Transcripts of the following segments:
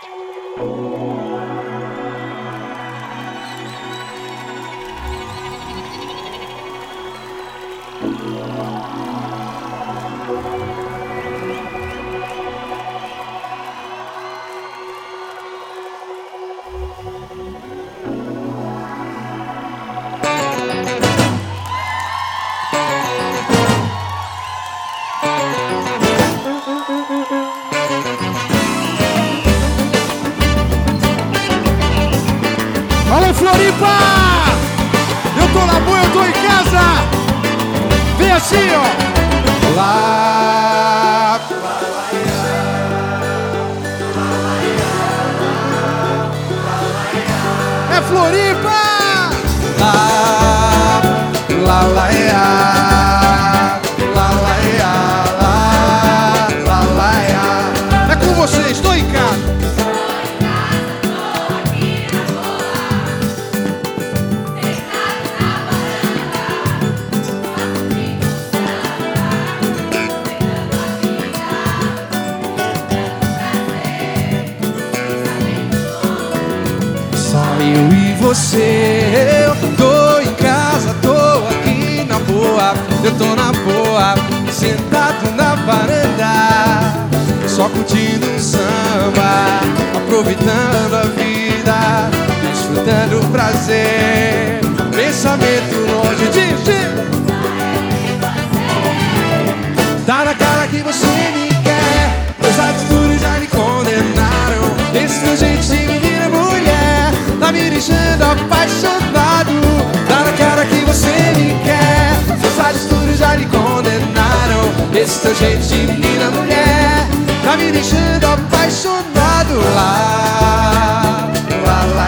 Alô, Floripa! Eu tô na boa, eu tô em casa! Vem assim, ó! Lá... É Floripa! Lá... Lá, lá, lá, lá, lá, é com vocês, tô em casa! Eu e você, eu tô em casa, tô aqui na boa. Eu tô na boa, sentado na varanda, só curtindo um samba, aproveitando a vida, desfrutando o prazer. Pensamento longe de tá na cara que você me quer, meus atitudes já me condenaram. Esse meu jeito de menina mulher tá me deixando apaixonado. Tá na cara que você me quer, seus atitudes já me condenaram. Esse teu jeito de menina mulher tá me deixando apaixonado. Lá, lá, lá,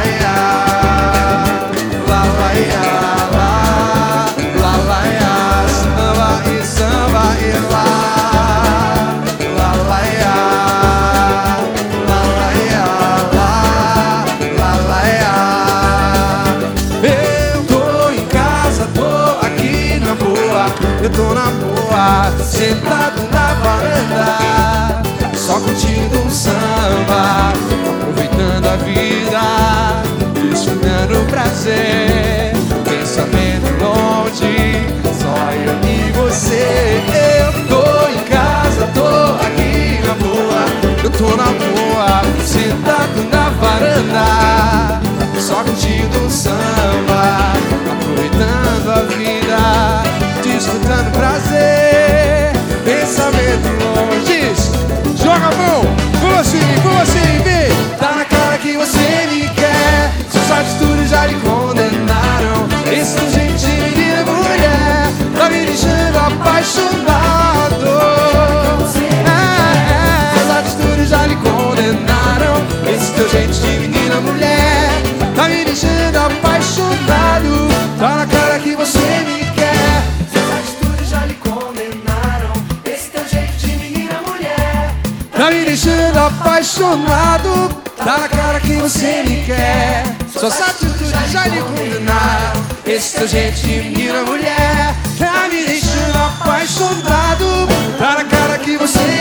lá, lá, lá, lá, lá, lá, samba e samba e lá. Eu tô na boa, sentado na varanda, só curtindo um samba, aproveitando a vida, desfrutando o prazer. Pensamento longe, só eu e você. Eu tô em casa, tô aqui na boa. Eu tô na boa, sentado na varanda, só curtindo um samba, aproveitando a vida, desfrutando prazer. Pensamento longe, joga a mão, como assim, vem. Tá na cara que você me quer, suas atitudes já lhe condenaram. Esse teu jeito de menina mulher tá me deixando apaixonado. Suas atitudes já lhe condenaram. Esse teu jeito de menina mulher tá me deixando apaixonado. Tá na cara que você me quer, tá me deixando apaixonado. Tá na cara que você me quer, suas atitudes já lhe condenaram. Esse teu jeito de menina mulher tá me deixando apaixonado. Tá na cara que você